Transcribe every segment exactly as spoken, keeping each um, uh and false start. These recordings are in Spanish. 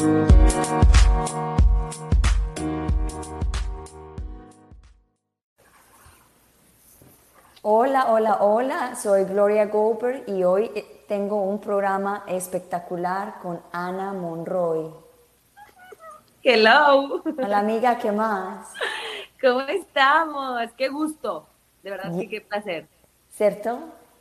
Hola, hola, hola, soy Gloria Goldberg y hoy eh, tengo un programa espectacular con Ana Monroy. Hello, Hola amiga, ¿qué más? ¿cómo estamos? Qué gusto, de verdad que Ye- qué placer. ¿Cierto?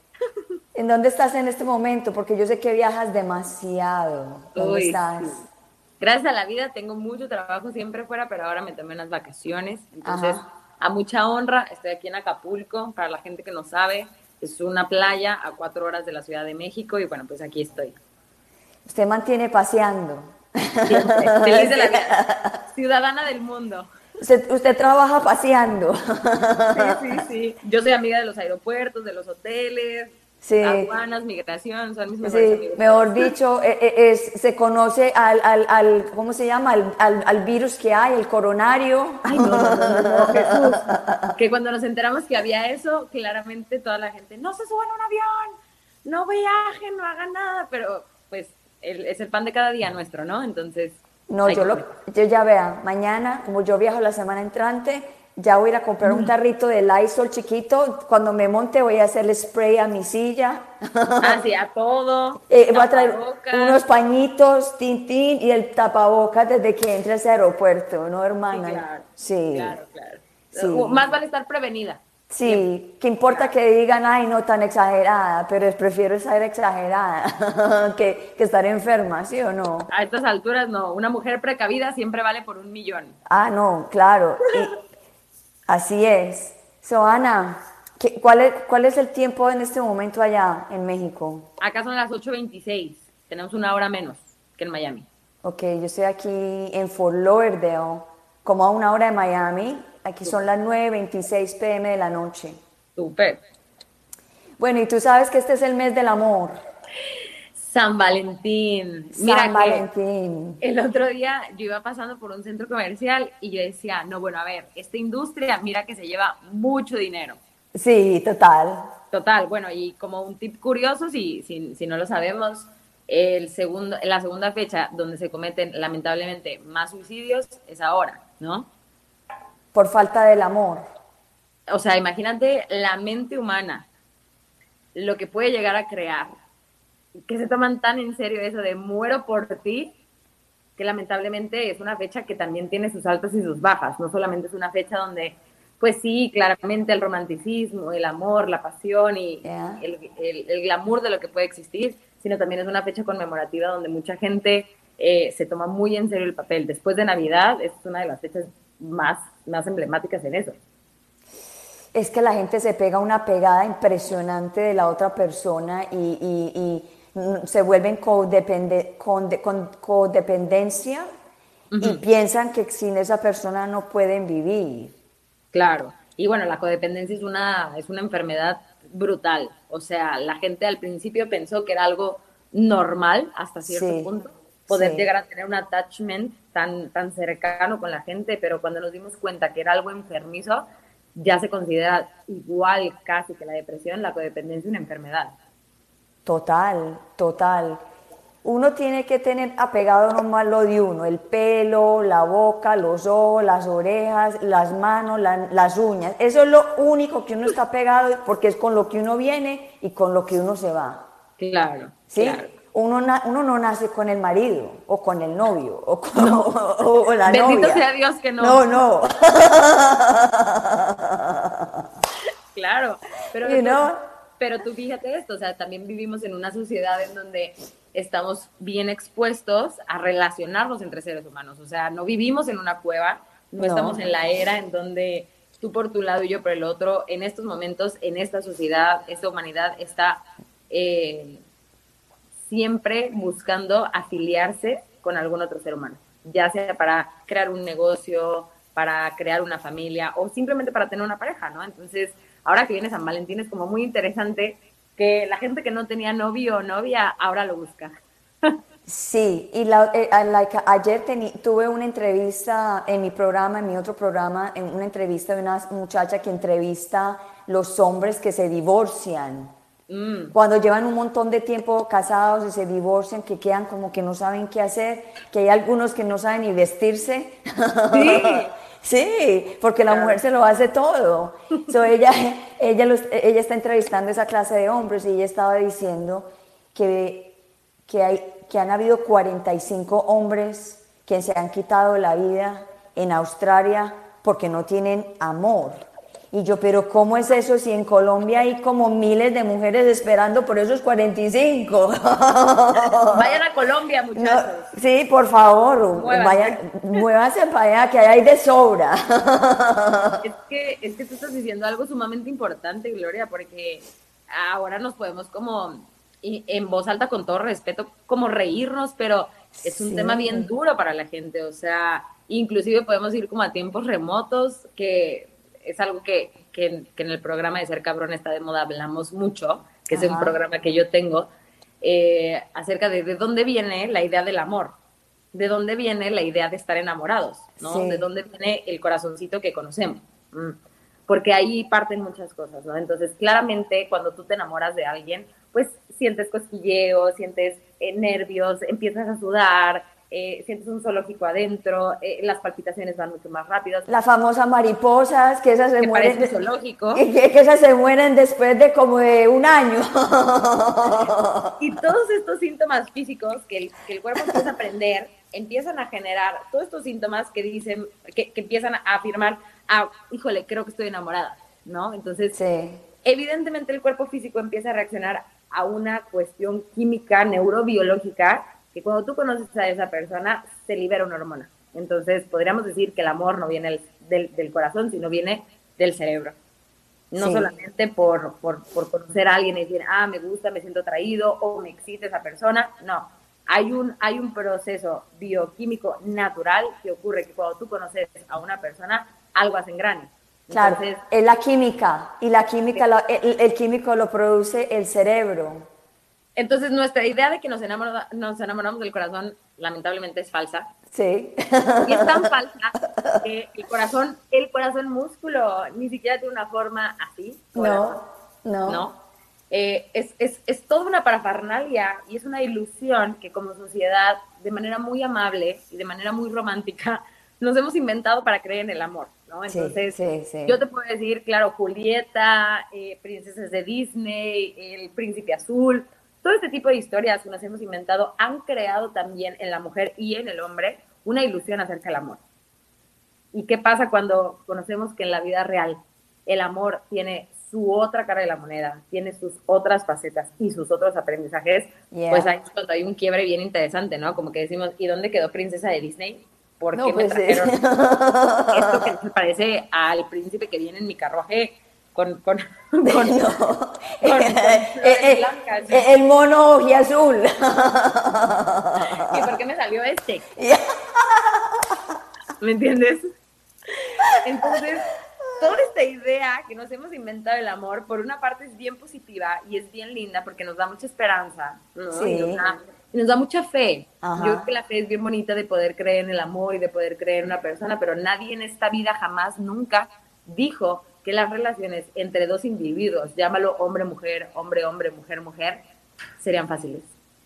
¿En dónde estás en este momento? Porque yo sé que viajas demasiado. ¿Dónde Uy, estás? sí. Gracias a la vida tengo mucho trabajo siempre fuera, pero ahora me tomé unas vacaciones, entonces Ajá. a mucha honra estoy aquí en Acapulco, para la gente que no sabe, es una playa a cuatro horas de la Ciudad de México y bueno, pues aquí estoy, Usted mantiene paseando. siempre, feliz de la vida, ciudadana del mundo. Usted, usted trabaja paseando. Sí, sí, sí. Yo soy amiga de los aeropuertos, de los hoteles, Sí. aduanas, migración, son mis mejores Sí, amigos todos. mejor dicho, e- e- es- se conoce al, al, al- ¿cómo se llama? Al, al- al virus que hay, el coronario. Ay, no, no, no, no, no, Jesús. Que cuando nos enteramos que había eso, claramente toda la gente, no se suban a un avión, no viajen, no hagan nada, pero pues el, es el pan de cada día nuestro, ¿no? Entonces, No, hay yo, que lo, cuidar. yo ya vea, mañana, como yo viajo la semana entrante, ya voy a ir a comprar un tarrito de Lysol chiquito. Cuando me monte voy a hacerle spray a mi silla. Hacia todo, Eh, voy a traer tapabocas, unos pañitos, tin, tin, y el tapabocas desde que entre a ese aeropuerto, ¿no, sí, hermana? claro, Sí, claro, claro. Uh, sí. Más vale estar prevenida, siempre. Sí, que importa Claro. que digan, ay, no tan exagerada, pero es- prefiero estar exagerada que, que estar enferma, ¿sí o no? A estas alturas, no, una mujer precavida siempre vale por un millón. Ah, no, claro, y así es. So, Ana, ¿qué- cuál es, cuál es el tiempo en este momento allá en México? Acá son las ocho veintiséis, tenemos una hora menos que en Miami. Ok, yo estoy aquí en Fort Lauderdale, como a una hora de Miami. Aquí son las nueve veintiséis p m de la noche. Súper. Bueno, y tú sabes que este es el mes del amor, San Valentín. San Mira que Valentín. el otro día yo iba pasando por un centro comercial y yo decía, no, bueno, a ver, esta industria, mira que se lleva mucho dinero. Sí, total. Total, bueno, y como un tip curioso, si, si, si no lo sabemos, el segundo, la segunda fecha donde se cometen lamentablemente más suicidios es ahora, ¿no? Por falta del amor. O sea, imagínate la mente humana, lo que puede llegar a crear, que se toman tan en serio eso de muero por ti, que lamentablemente es una fecha que también tiene sus altas y sus bajas, no solamente es una fecha donde, pues sí, claramente el romanticismo, el amor, la pasión y, y ¿Ya? el, el, el, glamour de lo que puede existir, sino también es una fecha conmemorativa donde mucha gente eh, se toma muy en serio el papel. Después de Navidad, es una de las fechas más, más emblemáticas en eso. Es que la gente se pega una pegada impresionante de la otra persona y, y- y, mm, se vuelven codepende- conde- con codependencia Uh y -huh. piensan que sin esa persona no pueden vivir. Claro. Y bueno, la codependencia es una, es una enfermedad brutal. O sea, la gente al principio pensó que era algo normal hasta cierto Sí, punto, poder sí. llegar a tener un attachment tan, tan cercano con la gente, pero cuando nos dimos cuenta que era algo enfermizo, ya se considera igual casi que la depresión, la codependencia una enfermedad. Total, total. Uno tiene que tener apegado nomás lo de uno, el pelo, la boca, los ojos, las orejas, las manos, la- las uñas. Eso es lo único que uno está pegado porque es con lo que uno viene y con lo que uno se va. Claro, claro. ¿Sí? Uno, na- uno no nace con el marido o con el novio o con No, o- o la bendito novia. sea Dios que No, no. no. Claro, pero You tú, know? pero tú fíjate esto, o sea, también vivimos en una sociedad en donde estamos bien expuestos a relacionarnos entre seres humanos, o sea, no vivimos en una cueva, no estamos No. en la era en donde tú por tu lado y yo por el otro, en estos momentos, en esta sociedad, esta humanidad está eh, siempre buscando afiliarse con algún otro ser humano, ya sea para crear un negocio, para crear una familia o simplemente para tener una pareja, ¿no? Entonces, ahora que viene San Valentín es como muy interesante que la gente que no tenía novio o novia ahora lo busca. Sí, y la, eh, a- like, ayer teni- tuve una entrevista en mi programa, en mi otro programa, en una entrevista de una muchacha que entrevista los hombres que se divorcian. Mm. Cuando llevan un montón de tiempo casados y se divorcian, que quedan como que no saben qué hacer, que hay algunos que no saben ni vestirse. Sí, Sí, porque la mujer claro. se lo hace todo. So, ella, ella, los- ella está entrevistando a esa clase de hombres y ella estaba diciendo que, que, hay, que han habido cuarenta y cinco hombres que se han quitado la vida en Australia porque no tienen amor. Y yo, pero ¿cómo es eso si en Colombia hay como miles de mujeres esperando por esos cuarenta y cinco? Vayan a Colombia, No, muchachos. sí, por favor, vaya, Muévanse. muévanse para allá, que hay de sobra. Es que, es que tú estás diciendo algo sumamente importante, Gloria, porque ahora nos podemos como, y en voz alta, con todo respeto, como reírnos, pero es un tema bien Sí, duro para la gente. O sea, inclusive podemos ir como a tiempos remotos, que es algo que, que, que en el programa de Ser Cabrón está de moda, hablamos mucho, que es un ajá, programa que yo tengo, eh, acerca de de dónde viene la idea del amor, de dónde viene la idea de estar enamorados, ¿no? De sí, dónde viene el corazoncito que conocemos. Mm. Porque ahí parten muchas cosas, ¿no? Entonces, claramente, cuando tú te enamoras de alguien, pues sientes cosquilleo, sientes eh, nervios, empiezas a sudar, eh, sientes un zoológico adentro, eh, las palpitaciones van mucho más rápidas, las famosas mariposas, que esas se que parece mueren, un de- zoológico. que, que esas se mueren después de como de un año. Y todos estos síntomas físicos que el, que el cuerpo empieza a aprender, empiezan a generar todos estos síntomas que dicen, que, que empiezan a afirmar, ah, híjole, creo que estoy enamorada, ¿no? Entonces, Sí, evidentemente el cuerpo físico empieza a reaccionar a una cuestión química, neurobiológica, que cuando tú conoces a esa persona, se libera una hormona. Entonces, podríamos decir que el amor no viene del, del corazón, sino viene del cerebro. No sí, solamente por, por, por conocer a alguien y decir, ah, me gusta, me siento atraído o me excita esa persona. No, hay un, hay un proceso bioquímico natural que ocurre que cuando tú conoces a una persona, algo hace engrane. claro, Entonces, es la química, y la química, la- el, el químico lo produce el cerebro. entonces nuestra idea de que nos enamoramos, nos enamoramos del corazón, lamentablemente es falsa. Sí, Y es tan falsa que el corazón, el corazón músculo, ni siquiera tiene una forma así, corazón. no, no, ¿No? Eh, es, es, es toda una parafernalia y es una ilusión que como sociedad, de manera muy amable y de manera muy romántica, nos hemos inventado para creer en el amor, ¿no? sí, Entonces, sí, yo sí, te puedo decir, claro, Julieta, eh, princesas de Disney, el príncipe azul, todo este tipo de historias que nos hemos inventado han creado también en la mujer y en el hombre una ilusión acerca del amor. ¿Y qué pasa cuando conocemos que en la vida real el amor tiene su otra cara de la moneda, tiene sus otras facetas y sus otros aprendizajes? Pues yeah. ahí es cuando hay un quiebre bien interesante, ¿no? Como que decimos, ¿y dónde quedó Princesa de Disney? ¿Por No, qué me pues sí. trajeron esto que se parece al príncipe que viene en mi carruaje con, con, con, No. con, con Eh, flores eh, blancas? eh, el mono azul. ¿Y por qué me salió este? ¿Me entiendes? Entonces, toda esta idea que nos hemos inventado del amor, por una parte es bien positiva y es bien linda porque nos da mucha esperanza, ¿no? Y nos Sí, da, y nos da mucha fe. Yo creo que ajá, la fe es bien bonita de poder creer en el amor y de poder creer en una persona, pero nadie en esta vida jamás, nunca dijo que las relaciones entre dos individuos, llámalo hombre-mujer, hombre-hombre, mujer-mujer, serían fáciles.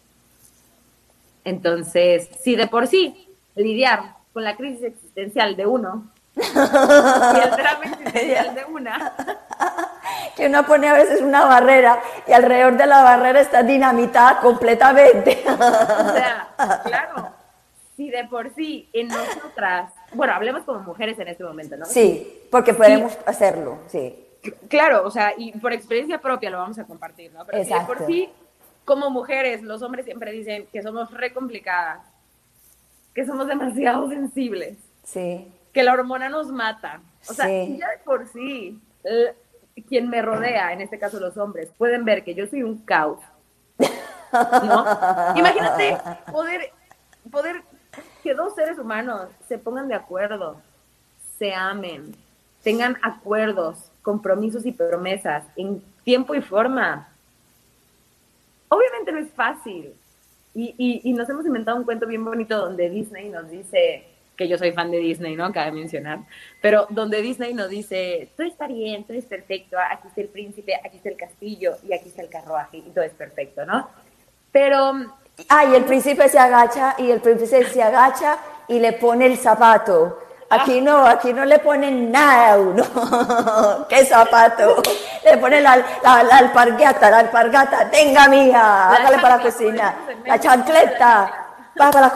Entonces, si de por sí lidiar con la crisis existencial de uno y el drama existencial de una, que uno pone a veces una barrera y alrededor de la barrera está dinamitada completamente. o sea, claro, si de por sí en nosotras, bueno, hablemos como mujeres en este momento, ¿no? Si, Sí, porque si podemos hacerlo, sí, claro, o sea, y por experiencia propia lo vamos a compartir, ¿no? Pero si de por exacto, sí, como mujeres, los hombres siempre dicen que somos re complicadas, que somos demasiado sensibles, sí, que la hormona nos mata. O sea, si sí, ya de por sí, eh, quien me rodea, en este caso los hombres, pueden ver que yo soy un caos, ¿no? Imagínate poder, poder que dos seres humanos se pongan de acuerdo, se amen, tengan acuerdos, compromisos y promesas en tiempo y forma. Obviamente no es fácil. Y, y, y nos hemos inventado un cuento bien bonito donde Disney nos dice, que yo soy fan de Disney, ¿no? Cabe mencionar, pero donde Disney nos dice, todo está bien, todo es perfecto, aquí está el príncipe, aquí está el castillo y aquí está el carruaje y todo es perfecto, ¿no? Pero... Ah, y el príncipe se agacha, y el príncipe se agacha y le pone el zapato. Aquí no, aquí no le ponen nada a uno. ¿Qué zapato? Le ponen la, la, la alpargata, la alpargata, tenga mía, hágale para la cocina. La chancleta, va para la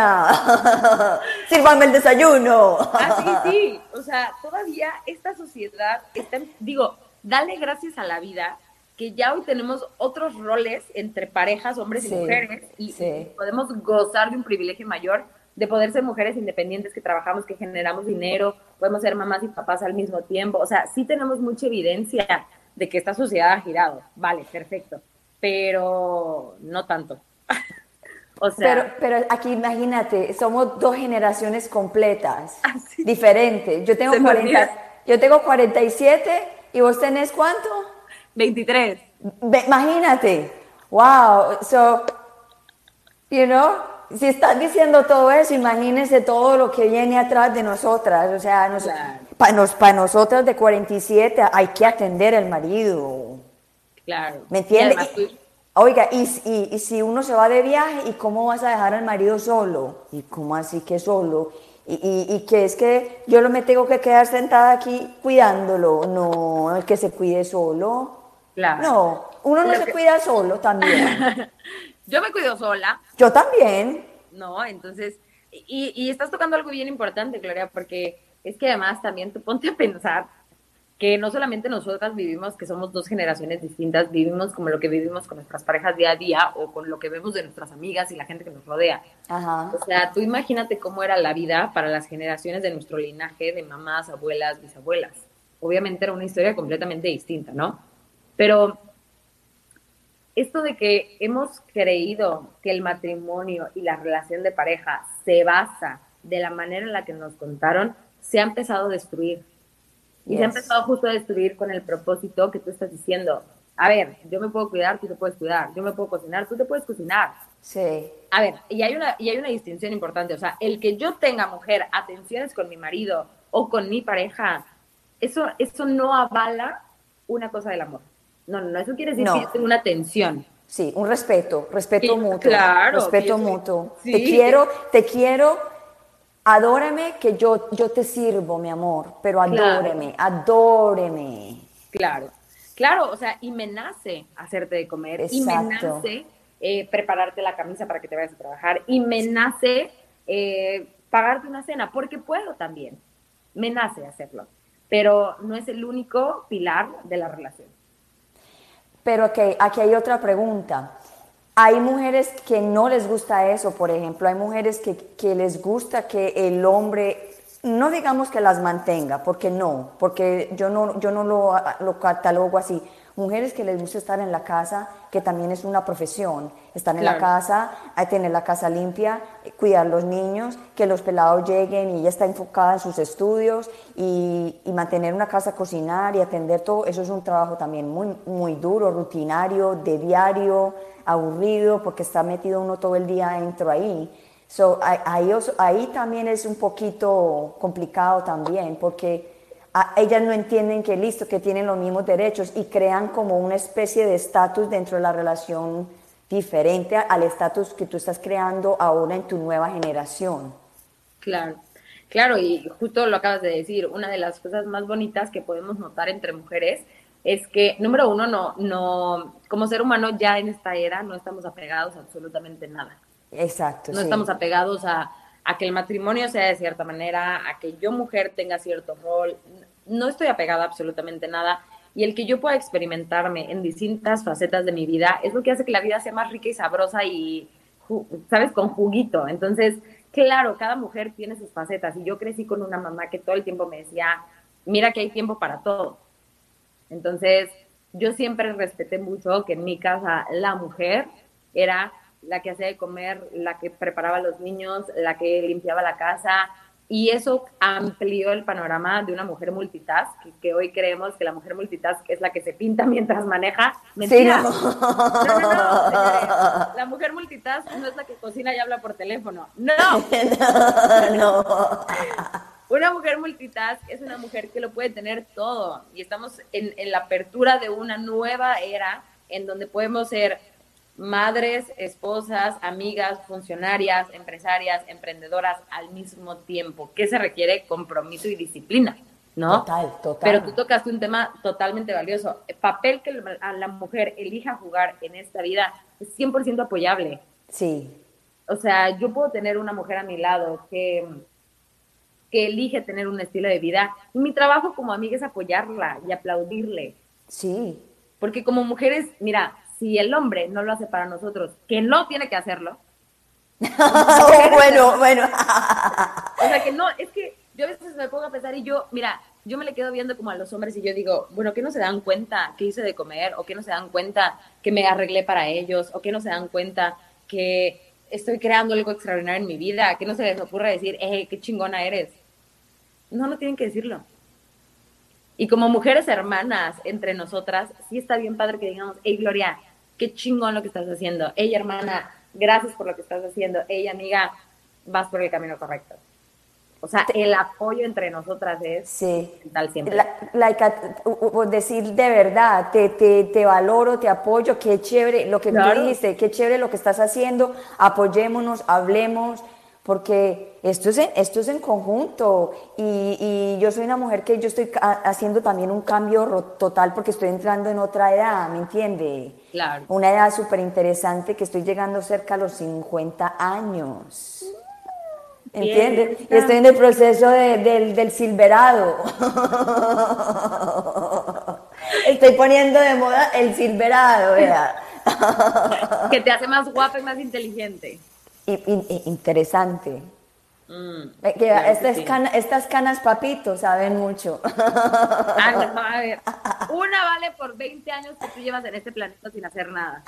cocina. Sírvame el desayuno. Así, sí, o sea, todavía esta sociedad está, digo, dale gracias a la vida que ya hoy tenemos otros roles entre parejas, hombres y Sí, mujeres, y, sí. y podemos gozar de un privilegio mayor de poder ser mujeres independientes que trabajamos, que generamos dinero, podemos ser mamás y papás al mismo tiempo. O sea, sí tenemos mucha evidencia de que esta sociedad ha girado. Vale, perfecto, pero no tanto. O sea, Pero, pero aquí imagínate, somos dos generaciones completas, así, diferentes. Yo tengo se me cuarenta, olvida. yo tengo cuarenta y siete y vos tenés ¿cuánto? veintitrés. Ve- imagínate. Wow. So, you know, si estás diciendo todo eso, imagínese todo lo que viene atrás de nosotras. O sea, nos, Claro. para nos, pa nosotras de cuarenta y siete hay que atender al marido. Claro. ¿Me Y entiendes? además tú, Oiga, y, y, y si uno se va de viaje, ¿y cómo vas a dejar al marido solo? ¿Y cómo así que solo? ¿Y, y, y que es que yo no me tengo que quedar sentada aquí cuidándolo? No, el que se cuide solo. claro. No, uno no Lo se que... cuida solo también. Yo me cuido sola, Yo también. ¿no? Entonces, y, y estás tocando algo bien importante, Gloria, porque es que además también tú ponte a pensar que no solamente nosotras vivimos, que somos dos generaciones distintas, vivimos como lo que vivimos con nuestras parejas día a día o con lo que vemos de nuestras amigas y la gente que nos rodea. Ajá. O sea, tú imagínate cómo era la vida para las generaciones de nuestro linaje, de mamás, abuelas, bisabuelas. Obviamente era una historia completamente distinta, ¿no? Pero esto de que hemos creído que el matrimonio y la relación de pareja se basa de la manera en la que nos contaron, se ha empezado a destruir. Y se ha Yes. empezado justo a destruir con el propósito que tú estás diciendo. A ver, yo me puedo cuidar, tú te puedes cuidar. Yo me puedo cocinar, tú te puedes cocinar. Sí. A ver, y hay una, y hay una distinción importante. O sea, el que yo tenga, mujer, atenciones con mi marido o con mi pareja, eso, eso no avala una cosa del amor. No, no, no, eso quiere decir que yo No. tengo una tensión. Sí, un respeto, respeto Que, mutuo, claro, que yo respeto soy, mutuo. Te sí, que, quiero, te quiero, adórame que yo, yo te sirvo, mi amor, pero claro, adóreme, adóreme. claro, claro, o sea, y me nace hacerte de comer, y me Exacto, nace eh, prepararte la camisa para que te vayas a trabajar, y me nace eh, pagarte una cena, porque puedo también, me nace hacerlo, pero no es el único pilar de la relación. pero aquí, aquí hay otra pregunta. Hay mujeres que no les gusta eso, por ejemplo, hay mujeres que, que les gusta que el hombre, no digamos que las mantenga, porque no, porque yo no, yo no lo, lo catalogo así. Mujeres que les gusta estar en la casa, que también es una profesión, estar en la Claro, casa, hay tener la casa limpia, cuidar los niños, que los pelados lleguen y ella está enfocada en sus estudios y, y mantener una casa, cocinar y atender todo, eso es un trabajo también muy, muy duro, rutinario, de diario, aburrido, porque está metido uno todo el día dentro ahí. So, ahí, ahí también es un poquito complicado también, porque a, ellas no entienden que listo, que tienen los mismos derechos y crean como una especie de estatus dentro de la relación diferente al estatus que tú estás creando ahora en tu nueva generación. claro, claro, y justo lo acabas de decir, una de las cosas más bonitas que podemos notar entre mujeres es que, número uno, no, no, como ser humano ya en esta era no estamos apegados a absolutamente nada. Exacto, No sí. estamos apegados a, a que el matrimonio sea de cierta manera, a que yo mujer tenga cierto rol. No estoy apegada a absolutamente nada. Y el que yo pueda experimentarme en distintas facetas de mi vida es lo que hace que la vida sea más rica y sabrosa y, ¿sabes?, con juguito. Entonces, claro, cada mujer tiene sus facetas. Y yo crecí con una mamá que todo el tiempo me decía, mira que hay tiempo para todo. Entonces, yo siempre respeté mucho que en mi casa la mujer era la que hacía de comer, la que preparaba a los niños, la que limpiaba la casa. Y eso amplió el panorama de una mujer multitask, que, que hoy creemos que la mujer multitask es la que se pinta mientras maneja. Sí, no. Mentira. No, no, no, señores. La mujer multitask no es la que cocina y habla por teléfono. No. No, no. Una mujer multitask es una mujer que lo puede tener todo. Y estamos en, en la apertura de una nueva era en donde podemos ser madres, esposas, amigas, funcionarias, empresarias, emprendedoras al mismo tiempo. ¿Qué se requiere? Compromiso y disciplina, ¿no? Total, total. Pero tú tocaste un tema totalmente valioso. El papel que la mujer elija jugar en esta vida es cien por ciento apoyable. Sí. O sea, yo puedo tener una mujer a mi lado que, que elige tener un estilo de vida, y mi trabajo como amiga es apoyarla y aplaudirle. Sí. Porque como mujeres, mira, si el hombre no lo hace para nosotros, que no tiene que hacerlo. Oh, bueno, bueno. O sea, que no, es que yo a veces me pongo a pensar y yo, mira, yo me le quedo viendo como a los hombres y yo digo, bueno, ¿qué no se dan cuenta que hice de comer? ¿O qué no se dan cuenta que me arreglé para ellos? ¿O qué no se dan cuenta que estoy creando algo extraordinario en mi vida? ¿Qué no se les ocurre decir, eh, qué chingona eres? No, no tienen que decirlo. Y como mujeres hermanas entre nosotras, sí está bien padre que digamos, hey Gloria, qué chingón lo que estás haciendo. Hey hermana, gracias por lo que estás haciendo. Hey amiga, vas por el camino correcto. O sea, el apoyo entre nosotras es sí. tal siempre. La, like, decir de verdad, te, te, te valoro, te apoyo, qué chévere lo que Claro. tú dijiste, qué chévere lo que estás haciendo, apoyémonos, hablemos, porque esto es en, esto es en conjunto y, y yo soy una mujer que yo estoy haciendo también un cambio total porque estoy entrando en otra edad, ¿me entiende? Claro. Una edad súper interesante que estoy llegando cerca a los cincuenta años. ¿Entiendes? Y estoy en el proceso de, del, del silverado. Estoy poniendo de moda el silverado, ¿verdad? Que te hace más guapa y más inteligente. Y, y, interesante. Mm, que claro estas, que sí. canas, estas canas papito saben mucho. Ah, no, a ver. Una vale por veinte años que tú llevas en este planeta sin hacer nada.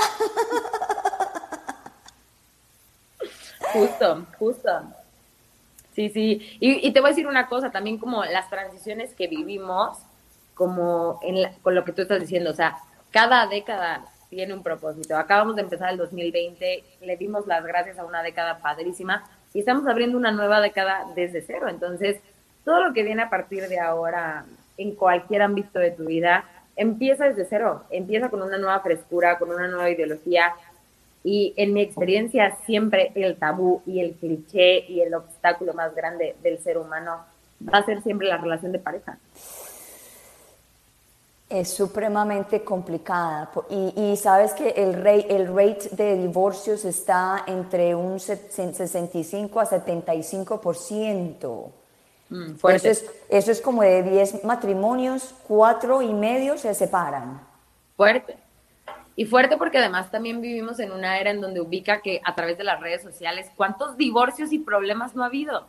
Justo, justo. Sí, sí. Y, y te voy a decir una cosa, también como las transiciones que vivimos, como en la, con lo que tú estás diciendo, o sea, cada década tiene un propósito. Acabamos de empezar el dos mil veinte, le dimos las gracias a una década padrísima y estamos abriendo una nueva década desde cero. Entonces, todo lo que viene a partir de ahora, en cualquier ámbito de tu vida, empieza desde cero, empieza con una nueva frescura, con una nueva ideología. Y en mi experiencia siempre el tabú y el cliché y el obstáculo más grande del ser humano va a ser siempre la relación de pareja. Es supremamente complicada y, y sabes que el, rey, el rate de divorcios está entre un sesenta y cinco a setenta y cinco por ciento. Mm, fuerte. Eso es, eso es como de diez matrimonios, cuatro y medio se separan. Fuerte. Y fuerte porque además también vivimos en una era en donde ubica que a través de las redes sociales, ¿cuántos divorcios y problemas no ha habido?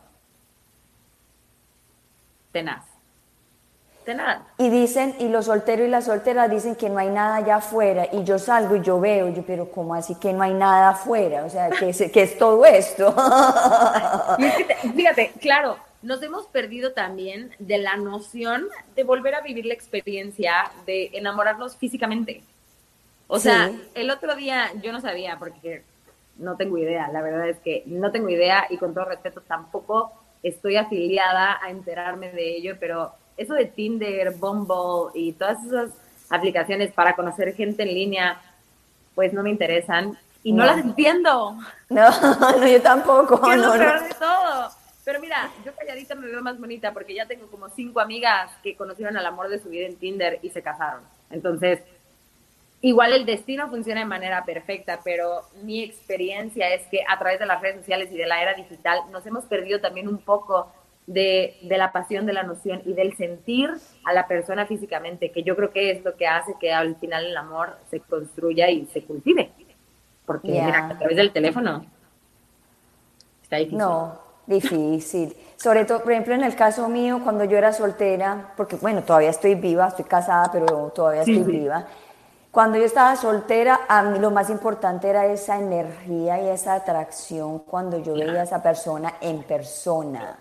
Tenaz. Tenaz. Y dicen, y los solteros y las solteras dicen que no hay nada allá afuera, y yo salgo y yo veo, y yo, pero ¿cómo así que no hay nada afuera? O sea, ¿qué es, qué es todo esto? Y es que te, fíjate, claro, nos hemos perdido también de la noción de volver a vivir la experiencia de enamorarnos físicamente. O sea, sí. El otro día yo no sabía, porque no tengo idea, la verdad es que no tengo idea y con todo respeto tampoco estoy afiliada a enterarme de ello, pero eso de Tinder, Bumble y todas esas aplicaciones para conocer gente en línea, pues no me interesan y no, no las entiendo. No, no, yo tampoco. ¿Qué es no, lo peor no. de todo? Pero mira, yo calladita me veo más bonita porque ya tengo como cinco amigas que conocieron al amor de su vida en Tinder y se casaron. Entonces, igual el destino funciona de manera perfecta, pero mi experiencia es que a través de las redes sociales y de la era digital nos hemos perdido también un poco de, de la pasión, de la noción y del sentir a la persona físicamente, que yo creo que es lo que hace que al final el amor se construya y se cultive. Porque yeah. mira, a través del teléfono está difícil. No, difícil. Sobre todo, por ejemplo, en el caso mío, cuando yo era soltera, porque bueno, todavía estoy viva, estoy casada, pero todavía estoy sí, viva. Sí. Cuando yo estaba soltera, a mí lo más importante era esa energía y esa atracción cuando yo veía a esa persona en persona.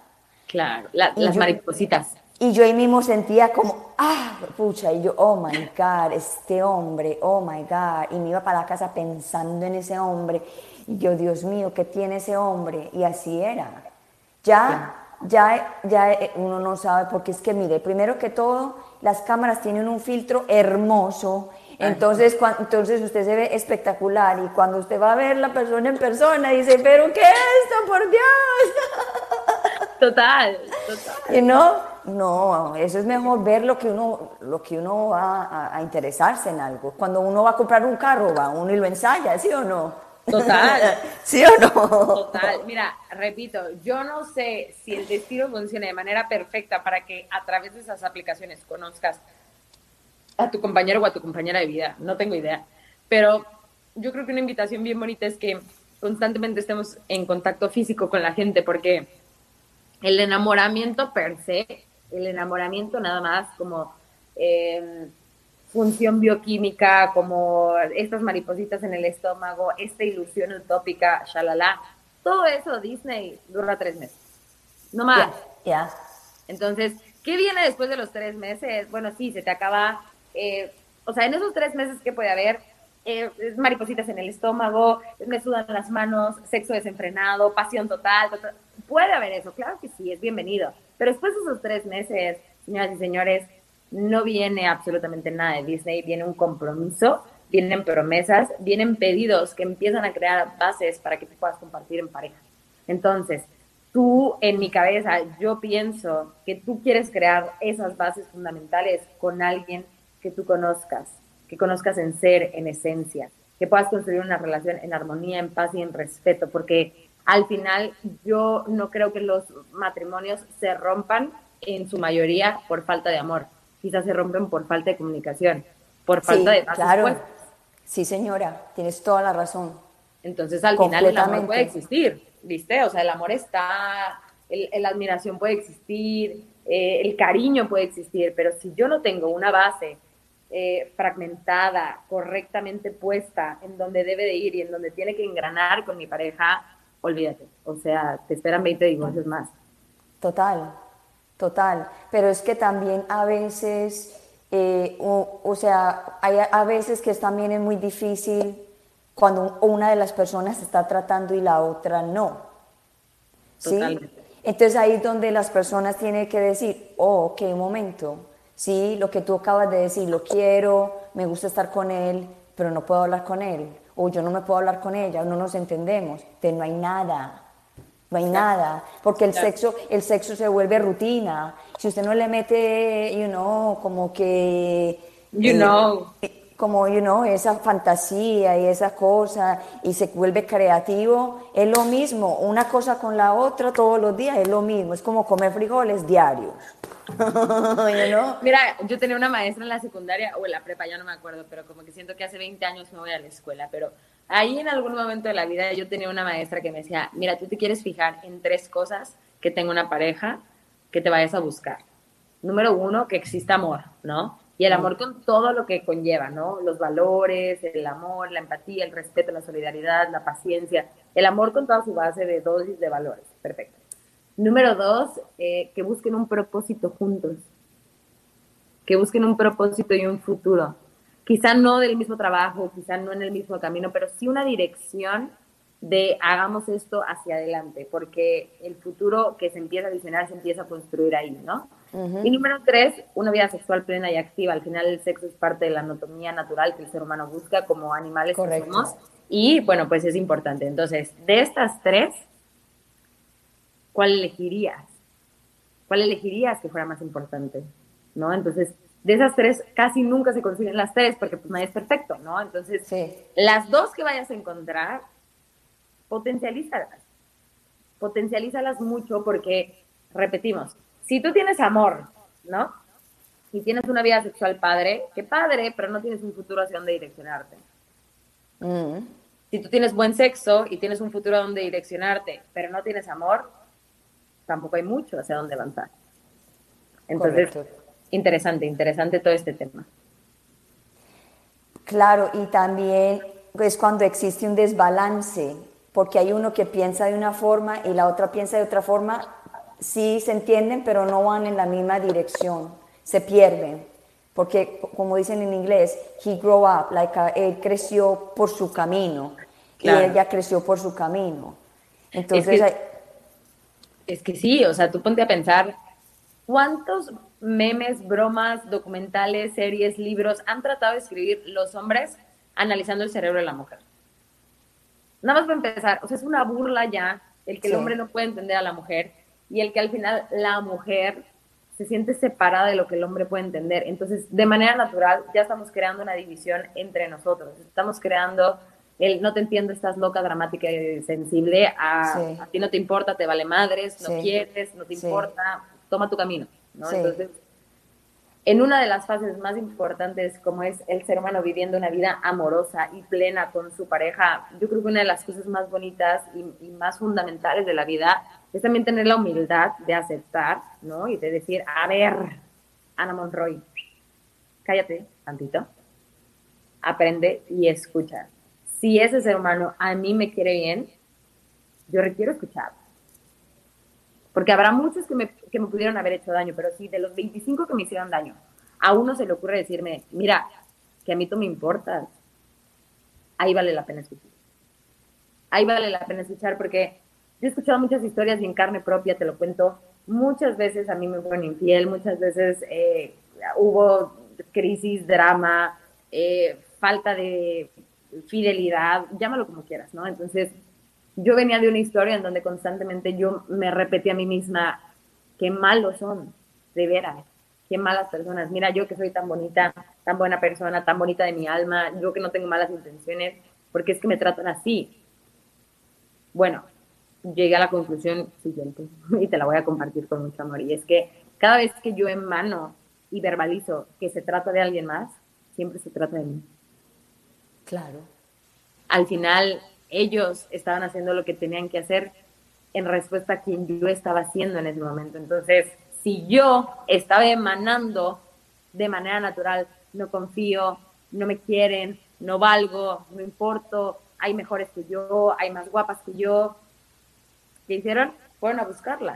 Claro, la- Y las yo, maripositas. y yo ahí mismo sentía como, ah, pucha, y yo, oh my God, este hombre, oh my God. Y me iba para la casa pensando en ese hombre. Y yo, Dios mío, ¿qué tiene ese hombre? Y así era. Claro. Ya, ya, ya eh, uno no sabe, porque es que, mire, primero que todo, las cámaras tienen un filtro hermoso. Ay, Entonces, cuan- entonces usted se ve espectacular. Y cuando usted va a ver la persona en persona, dice, pero ¿qué es esto, por Dios? total, Y total. no, no, eso es mejor ver lo que uno, lo que uno va a, a interesarse en algo. Cuando uno va a comprar un carro, va uno y lo ensaya, ¿sí o no? Total, ¿Sí o no? total. Mira, repito, yo no sé si el destino funciona de manera perfecta para que a través de esas aplicaciones conozcas a tu compañero o a tu compañera de vida, no tengo idea. Pero yo creo que una invitación bien bonita es que constantemente estemos en contacto físico con la gente, porque el enamoramiento per se, el enamoramiento nada más como eh, función bioquímica, como estas maripositas en el estómago, esta ilusión utópica, shalala, todo eso Disney dura tres meses, no Ya, más. ya. Entonces, ¿qué viene después de los tres meses? Bueno, sí, se te acaba, eh, o sea, en esos tres meses, ¿qué puede haber? Eh, maripositas en el estómago, me sudan las manos, sexo desenfrenado, pasión total, total. Puede haber eso, claro que sí, es bienvenido. Pero después de esos tres meses, señoras y señores, no viene absolutamente nada de Disney, viene un compromiso, vienen promesas, vienen pedidos que empiezan a crear bases para que tú puedas compartir en pareja. Entonces, tú en mi cabeza, yo pienso que tú quieres crear esas bases fundamentales con alguien que tú conozcas, que conozcas en ser, en esencia, que puedas construir una relación en armonía, en paz y en respeto, porque al final yo no creo que los matrimonios se rompan en su mayoría por falta de amor, quizás se rompen por falta de comunicación, por falta de Sí, bases claro. puestas. Sí, señora, tienes toda la razón. Entonces, al final, el amor puede Completamente. existir, ¿viste? O sea, el amor está, el, el- la admiración puede existir, eh, el cariño puede existir, pero si yo no tengo una base eh, fragmentada, correctamente puesta, en donde debe de ir y en donde tiene que engranar con mi pareja, olvídate. O sea, te esperan veinte divorcios más. Total, total. Pero es que también a veces, eh, o, o sea, hay a a veces que también es muy difícil cuando una de las personas está tratando y la otra no, ¿sí? Totalmente. Entonces ahí es donde las personas tienen que decir, oh, ok, un momento, sí, lo que tú acabas de decir, lo quiero, me gusta estar con él, pero no puedo hablar con él, o yo no me puedo hablar con ella, no nos entendemos, entonces no hay nada. No hay Claro, nada, porque el claro. sexo, el sexo se vuelve rutina. Si usted no le mete, you know, como que, You eh, know, como, you know, esa fantasía y esa cosa, y se vuelve creativo, es lo mismo. Una cosa con la otra todos los días es lo mismo. Es como comer frijoles diarios. You know? mira, yo tenía una maestra en la secundaria o en la prepa, ya no me acuerdo, pero como que siento que hace veinte años no voy a la escuela, pero ahí en algún momento de la vida yo tenía una maestra que me decía, mira, tú te quieres fijar en tres cosas que tenga una pareja que te vayas a buscar. Número uno, que exista amor, ¿no? Y el amor con todo lo que conlleva, ¿no? Los valores, el amor, la empatía, el respeto, la solidaridad, la paciencia, el amor con toda su base de dosis de valores. Perfecto. Número dos, eh, que busquen un propósito juntos, que busquen un propósito y un futuro. Quizá no del mismo trabajo, quizá no en el mismo camino, pero sí una dirección de hagamos esto hacia adelante, porque el futuro que se empieza a diseñar se empieza a construir ahí, ¿no? Y número tres, una vida sexual plena y activa. Al final el sexo es parte de la anatomía natural que el ser humano busca como animales que Correcto. somos y bueno, pues es importante. Entonces, de estas tres, ¿cuál elegirías? ¿Cuál elegirías que fuera más importante? ¿No? Entonces, de esas tres, casi nunca se consiguen las tres porque pues nadie es perfecto, ¿no? Entonces, Sí, las dos que vayas a encontrar, potencialízalas. Potencialízalas mucho porque, repetimos, si tú tienes amor, ¿no? Y tienes una vida sexual padre, qué padre, pero no tienes un futuro hacia dónde direccionarte. Si tú tienes buen sexo y tienes un futuro a dónde direccionarte, pero no tienes amor, tampoco hay mucho hacia dónde avanzar. Entonces, correcto. interesante, interesante todo este tema. Claro, y también es cuando existe un desbalance, porque hay uno que piensa de una forma y la otra piensa de otra forma, sí se entienden, pero no van en la misma dirección, se pierden, porque como dicen en inglés, he grew up, like, uh, él creció por su camino y Claro. ella creció por su camino. Es Entonces, que, hay- es que sí, o sea, tú ponte a pensar cuántos memes, bromas, documentales, series, libros han tratado de escribir los hombres analizando el cerebro de la mujer. Nada más para empezar, o sea, es una burla ya el que el sí, hombre no puede entender a la mujer y el que al final la mujer se siente separada de lo que el hombre puede entender. Entonces, de manera natural, ya estamos creando una división entre nosotros. Estamos creando el no te entiendo, estás loca, dramática y sensible, a, sí, a ti no te importa, te vale madres, no sí, quieres, no te sí, importa, toma tu camino, ¿no? sí, Entonces, en una de las fases más importantes, como es el ser humano viviendo una vida amorosa y plena con su pareja, yo creo que una de las cosas más bonitas y, y más fundamentales de la vida es también tener la humildad de aceptar, ¿no? Y de decir, a ver, Ana Monroy, cállate tantito, aprende y escucha. Si ese ser humano a mí me quiere bien, yo requiero escuchar. Porque habrá muchos que me, que me pudieron haber hecho daño, pero si de los veinticinco que me hicieron daño, a uno se le ocurre decirme, mira, que a mí tú me importas, ahí vale la pena escuchar. Ahí vale la pena escuchar porque yo he escuchado muchas historias y en carne propia te lo cuento. Muchas veces a mí me fueron infiel, muchas veces eh, hubo crisis, drama, eh, falta de fidelidad, llámalo como quieras, ¿no? Entonces, yo venía de una historia en donde constantemente yo me repetí a mí misma, qué malos son, de veras, qué malas personas. Mira, yo que soy tan bonita, tan buena persona, tan bonita de mi alma, yo que no tengo malas intenciones, porque es que me tratan así. Bueno, llegué a la conclusión siguiente y te la voy a compartir con mucho amor. Y es que cada vez que yo emano y verbalizo que se trata de alguien más, siempre se trata de mí. claro. Al final, ellos estaban haciendo lo que tenían que hacer en respuesta a quien yo estaba haciendo en ese momento. Entonces, si yo estaba emanando de manera natural, no confío, no me quieren, no valgo, no importo, hay mejores que yo, hay más guapas que yo, ¿qué hicieron? Fueron a buscarla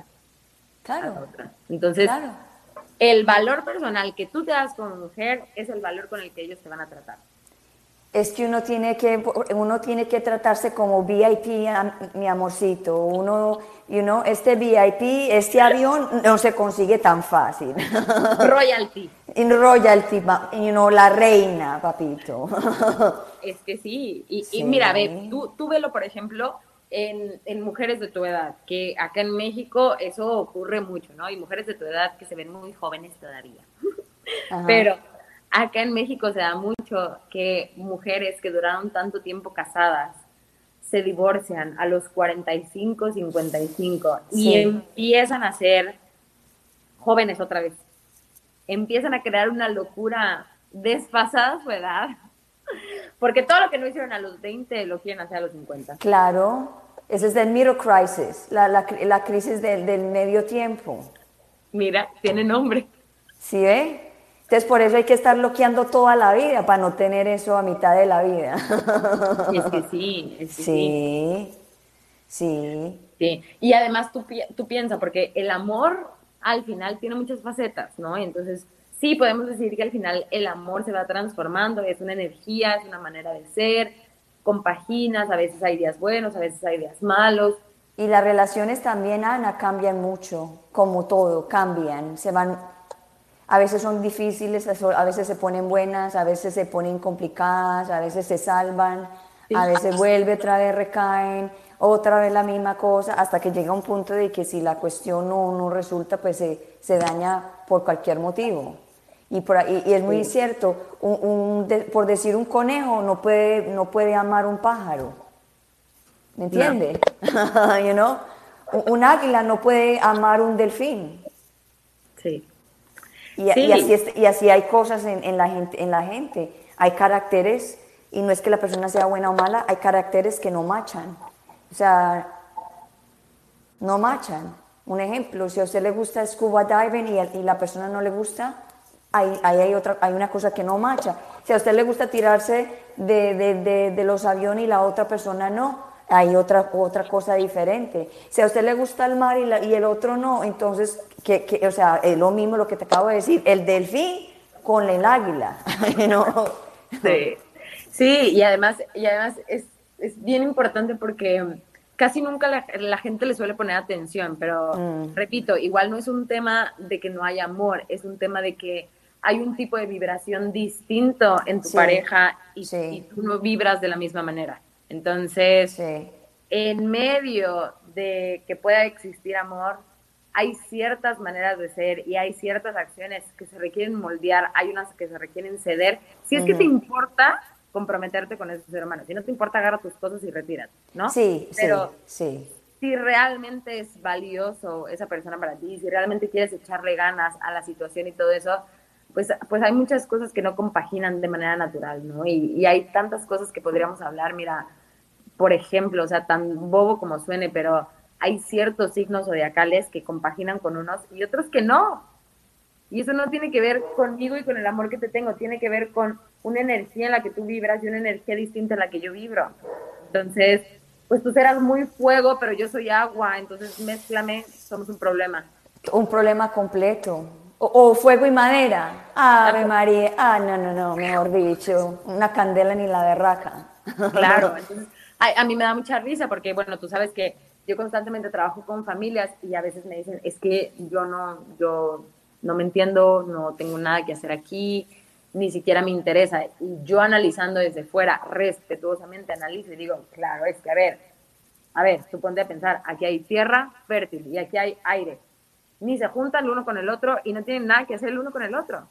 a la Claro, otra. Entonces, claro. el valor personal que tú te das como mujer es el valor con el que ellos te van a tratar. Es que uno tiene que, uno tiene que tratarse como V I P, mi amorcito. Uno, you know, este V I P, este avión no se consigue tan fácil. Royalty. En royalty, you know, la reina, papito. Es que sí, y, y mira, ve, Sí, tú, tú velo, por ejemplo, en, en mujeres de tu edad, que acá en México eso ocurre mucho, ¿no? Y mujeres de tu edad que se ven muy jóvenes todavía. ajá, Pero acá en México se da mucho que mujeres que duraron tanto tiempo casadas se divorcian a los cuarenta y cinco, cincuenta y cinco y sí, empiezan a ser jóvenes otra vez. Empiezan a crear una locura desfasada a su edad. Porque todo lo que no hicieron a los veinte lo quieren hacer a los cincuenta. claro. Ese es el middle crisis, la, la, la crisis del, del medio tiempo. Mira, tiene nombre. ¿Sí ve? Entonces por eso hay que estar bloqueando toda la vida para no tener eso a mitad de la vida. Es que sí, es que sí. Sí, sí, Sí. Y además tú, pi- tú piensas, porque el amor al final tiene muchas facetas, ¿no? Entonces, sí, podemos decir que al final el amor se va transformando, es una energía, es una manera de ser, compaginas, a veces hay días buenos, a veces hay días malos. y las relaciones también, Ana, cambian mucho, como todo, cambian, se van, a veces son difíciles, a veces se ponen buenas, a veces se ponen complicadas, a veces se salvan, a Sí, veces vuelve otra vez recaen, otra vez la misma cosa, hasta que llega un punto de que si la cuestión no, no resulta, pues se, se daña por cualquier motivo. Y, por ahí, y es muy sí, cierto, un, un, de, por decir un conejo no puede, no puede amar un pájaro. ¿Me no, entiende? you know? un, un águila no puede amar un delfín. sí, Y, y, así, sí, es, y así hay cosas en, en, la gente, en la gente. Hay caracteres, y no es que la persona sea buena o mala, hay caracteres que no machan. O sea, no machan. Un ejemplo, si a usted le gusta scuba diving y a, y la persona no le gusta, ahí, ahí hay, otra, hay una cosa que no macha. Si a usted le gusta tirarse de, de, de, de los aviones y la otra persona no, hay otra, otra cosa diferente. Si a usted le gusta el mar y, la, y el otro no, entonces, que, que, o sea, es lo mismo lo que te acabo de decir, el delfín con el águila, ¿no? Sí, sí, y además, y además es, es bien importante porque casi nunca la, la gente le suele poner atención, pero Mm, repito, igual no es un tema de que no hay amor, es un tema de que hay un tipo de vibración distinto en tu sí, pareja y, y sí, tú no vibras de la misma manera. Entonces, sí. en medio de que pueda existir amor, hay ciertas maneras de ser y hay ciertas acciones que se requieren moldear, hay unas que se requieren ceder. Si es que te Ujú. importa comprometerte con ese ser humano, si no te importa, agarra tus cosas y retírate, ¿no? Sí, sí, Pero sí. si realmente es valioso esa persona para ti, si realmente quieres echarle ganas a la situación y todo eso, pues, pues hay muchas cosas que no compaginan de manera natural, ¿no? Y, y hay tantas cosas que podríamos hablar, mira, por ejemplo, o sea, tan bobo como suene, pero hay ciertos signos zodiacales que compaginan con unos y otros que no. Y eso no tiene que ver conmigo y con el amor que te tengo, tiene que ver con una energía en la que tú vibras y una energía distinta en la que yo vibro. Entonces, pues tú serás muy fuego, pero yo soy agua, entonces mézclame, somos un problema. Un problema completo. O, o fuego y madera. Ave María. Ah, no, no, no, mejor dicho. Una candela ni la derraca. Claro, entonces a, a mí me da mucha risa porque, bueno, tú sabes que yo constantemente trabajo con familias y a veces me dicen, es que yo no, yo no me entiendo, no tengo nada que hacer aquí, ni siquiera me interesa. Y yo analizando desde fuera, respetuosamente analizo y digo, claro, es que a ver, a ver, tú ponte a pensar, aquí hay tierra fértil y aquí hay aire. Ni se juntan el uno con el otro y no tienen nada que hacer el uno con el otro.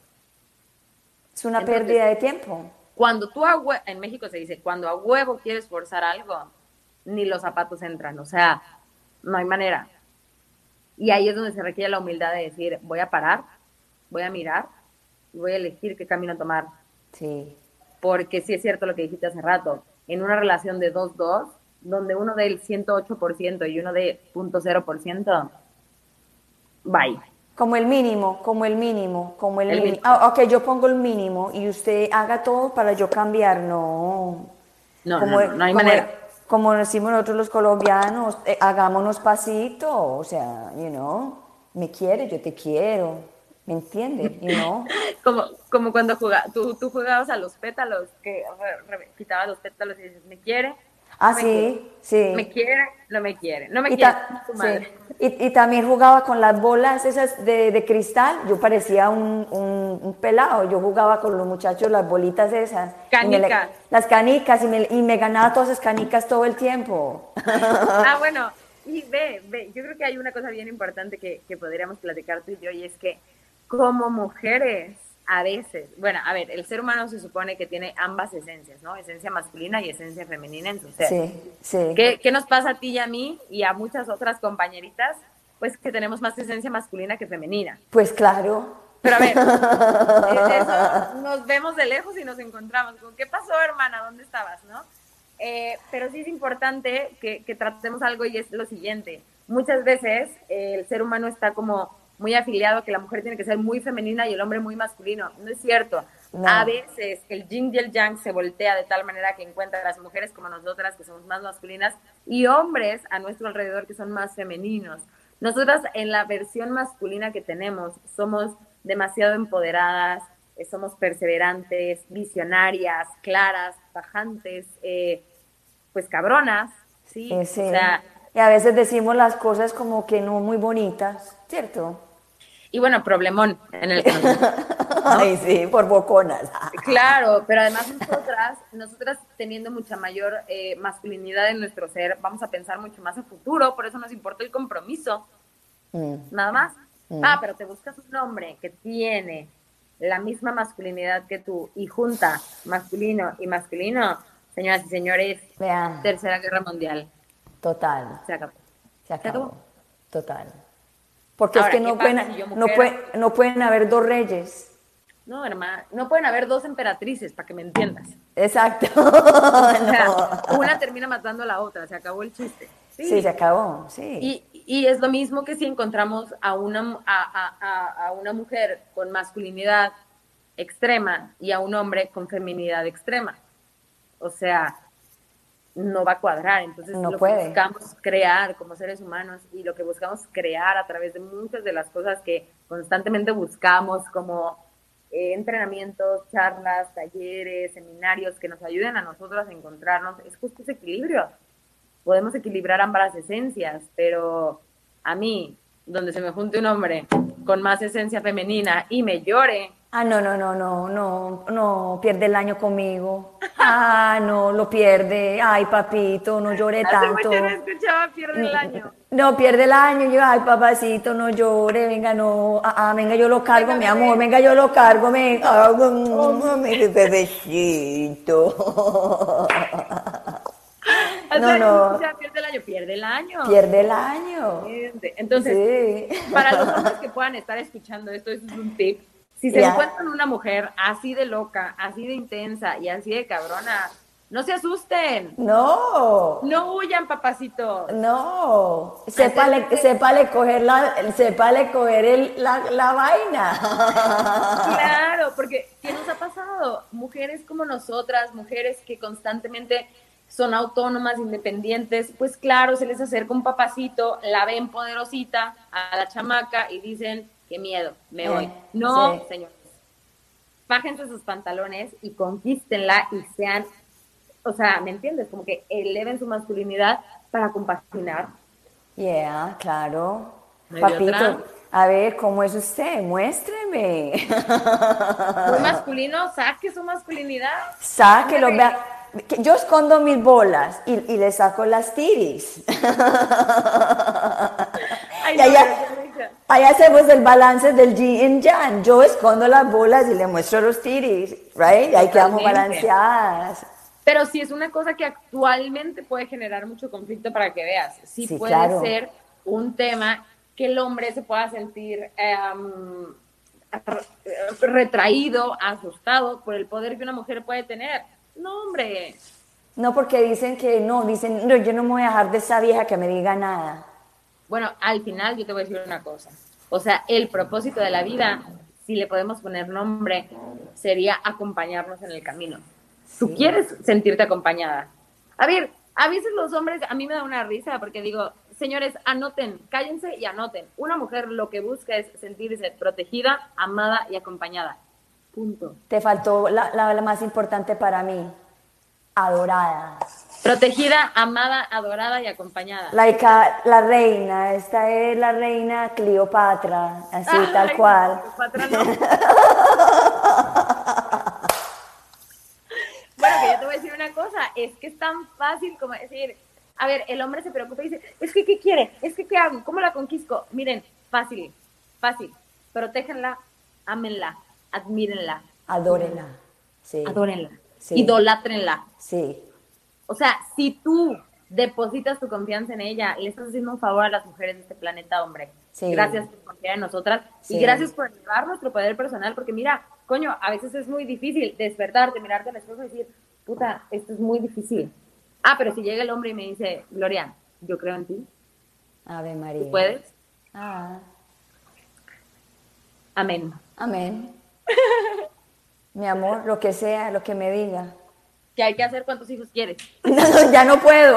Es una Entonces, pérdida de tiempo. cuando tú a hue- en México se dice, cuando a huevo quieres forzar algo, ni los zapatos entran, o sea, no hay manera. Y ahí es donde se requiere la humildad de decir, voy a parar, voy a mirar y voy a elegir qué camino tomar. Sí. Porque sí es cierto lo que dijiste hace rato, en una relación de dos dos, donde uno dé el ciento ocho por ciento y uno dé punto cero por ciento, bye, Como el mínimo, como el mínimo, como el el mínimo. mínimo. Ah, ok, yo pongo el mínimo y usted haga todo para yo cambiar. No. No, no, Como, no, no hay como, manera. como decimos nosotros los colombianos, eh, hagámonos pasito. O sea, you know, me quiere, yo te quiero. ¿Me entiende? You know. Como, como cuando jugaba, tú, tú jugabas a los pétalos, que re, re, quitabas los pétalos y dices, ¿me quiere? Ah, No me quiere. sí, sí. ¿Me quiere? No me quiere. No me Y, quiere. ta- Tu sí. madre. y, y también jugaba con las bolas esas de, de cristal. Yo parecía un, un- un pelado. Yo jugaba con los muchachos las bolitas esas. Y me le- Canicas. las canicas y me, y me ganaba todas esas canicas todo el tiempo. Ah, bueno. Y ve, ve, yo creo que hay una cosa bien importante que, que podríamos platicar tú y yo, y es que como mujeres, a veces, bueno, a ver, el ser humano se supone que tiene ambas esencias, ¿no? Esencia masculina y esencia femenina en su ser. Sí, sí. ¿Qué, qué nos pasa a ti y a mí y a muchas otras compañeritas? Pues que tenemos más esencia masculina que femenina. Pues claro. Pero a ver, e- eso nos vemos de lejos y nos encontramos. Con, ¿qué pasó, hermana? ¿Dónde estabas? ¿No? Eh, pero sí es importante que, que tratemos algo y es lo siguiente. Muchas veces eh, el ser humano está como muy afiliado a que la mujer tiene que ser muy femenina y el hombre muy masculino. No es cierto. A No. veces el yin y el yang se voltea de tal manera que encuentra a las mujeres como nosotras, que somos más masculinas, y hombres a nuestro alrededor que son más femeninos. Nosotras en la versión masculina que tenemos somos demasiado empoderadas, eh, somos perseverantes, visionarias, claras, tajantes, eh, pues cabronas, ¿sí? Eh, O sí. sea, Y a veces decimos las cosas como que no muy bonitas, ¿cierto? y bueno, problemón en el que nos metemos, ¿no? Ay, sí, por boconas. Claro, pero además nosotras, nosotras teniendo mucha mayor eh, masculinidad en nuestro ser, vamos a pensar mucho más a futuro, por eso nos importa el compromiso, Mm, nada más. mm. Ah, pero te buscas un hombre que tiene la misma masculinidad que tú y junta masculino y masculino, señoras y señores, Vean, tercera guerra mundial. total, Se acabó. se Se acabó, acabó. total. Porque es que Ahora, ¿qué no pasa si pueden, yo no mujer? puede- no pueden haber dos reyes. No, hermana, no pueden haber dos emperatrices, para que me entiendas. Exacto. O sea, No. una termina matando a la otra, se acabó el chiste. Sí, se Sí. acabó, sí. Y, y es lo mismo que si encontramos a una, a, a, a, a una mujer con masculinidad extrema y a un hombre con feminidad extrema. O sea, no va a cuadrar. Entonces, No lo que puede. buscamos crear como seres humanos y lo que buscamos crear a través de muchas de las cosas que constantemente buscamos, como eh, entrenamientos, charlas, talleres, seminarios que nos ayuden a nosotros a encontrarnos, es justo ese equilibrio. Podemos equilibrar ambas esencias, pero a mí, donde se me junte un hombre con más esencia femenina y me llore, Ah, no, no, no, no, no, no, pierde el año conmigo. Ah, no, lo pierde. Ay, papito, no llore hace mucho no tanto. escuchaba pierde el año. No, pierde el año. Yo, ay, papacito, no llore, venga, no. Ah, ah, venga, yo lo cargo, Venga, mi amor, bebé. venga, yo lo cargo, venga. Ah, Oh, mm, mi bebecito. hace No, años no no, escuchaba pierde el año, pierde el año. pierde el año. Entonces, Sí. para los hombres que puedan estar escuchando esto, eso es un tip. Si se Ya. encuentran una mujer así de loca, así de intensa y así de cabrona, no se asusten, No. no huyan, papacitos. No, sépale, Acérquense. sépale coger la, sépale coger el, la, la vaina. Claro, porque ¿qué nos ha pasado? Mujeres como nosotras, mujeres que constantemente son autónomas, independientes, pues claro, se les acerca un papacito, la ven poderosita a la chamaca y dicen, qué miedo, me voy. Eh, No, sí. señores, bájense sus pantalones y conquístenla y sean, o sea, ¿me entiendes? Como que eleven su masculinidad para compaginar. Yeah, claro. No hay de otra. Papito, a ver, ¿cómo es usted? Muéstreme. Muy masculino, saque su masculinidad. Sáquelo, Ándale. vea. Que yo escondo mis bolas y, y le saco las tiris. Ay, Y no, allá, pero qué risa. allá hacemos el balance del yin y yang. Yo escondo las bolas y le muestro los tiris, right? Y ahí quedamos Totalmente. balanceadas. Pero sí es una cosa que actualmente puede generar mucho conflicto para que veas. Sí Sí, puede claro. ser un tema que el hombre se pueda sentir eh, retraído, asustado por el poder que una mujer puede tener. No, hombre. No, porque dicen que no, dicen, no, yo no me voy a dejar de esa vieja que me diga nada. Bueno, al final yo te voy a decir una cosa. O sea, el propósito de la vida, si le podemos poner nombre, sería acompañarnos en el camino. Tú Sí. quieres sentirte acompañada. A ver, a veces los hombres, a mí me da una risa porque digo, señores, anoten, cállense y anoten. Una mujer lo que busca es sentirse protegida, amada y acompañada. Punto. Te faltó la, la, la más importante para mí, adorada. Protegida, amada, adorada y acompañada. Laica, la reina, esta es la reina Cleopatra, así Ay, tal cual. Cleopatra, no. Bueno, que yo te voy a decir una cosa, es que es tan fácil como decir, a ver, el hombre se preocupa y dice, es que, ¿qué quiere? Es que, ¿qué hago? ¿Cómo la conquisco? Miren, fácil, fácil. Protéjanla, ámenla, admírenla. Adórela. Sí. Adórenla. Sí. Idolátrenla. Sí. O sea, si tú depositas tu confianza en ella, le estás haciendo un favor a las mujeres de este planeta, hombre. Sí. Gracias por confiar en nosotras Sí. y gracias por elevar nuestro poder personal, porque mira, coño, a veces es muy difícil despertarte, mirarte al espejo y decir, puta, esto es muy difícil. Ah, pero si llega el hombre y me dice, Gloria, yo creo en ti, Ave María. ¿tú puedes? Ah, Amén. amén. Mi amor, lo que sea, lo que me diga. ¿Qué hay que hacer? ¿Cuántos hijos quieres? No, no, ya no puedo.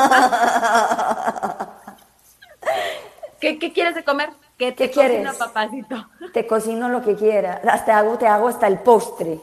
¿Qué, qué quieres de comer? ¿Qué te ¿Qué quieres? cocina, papacito? Te cocino lo que quiera. Hasta hago, te hago hasta el postre.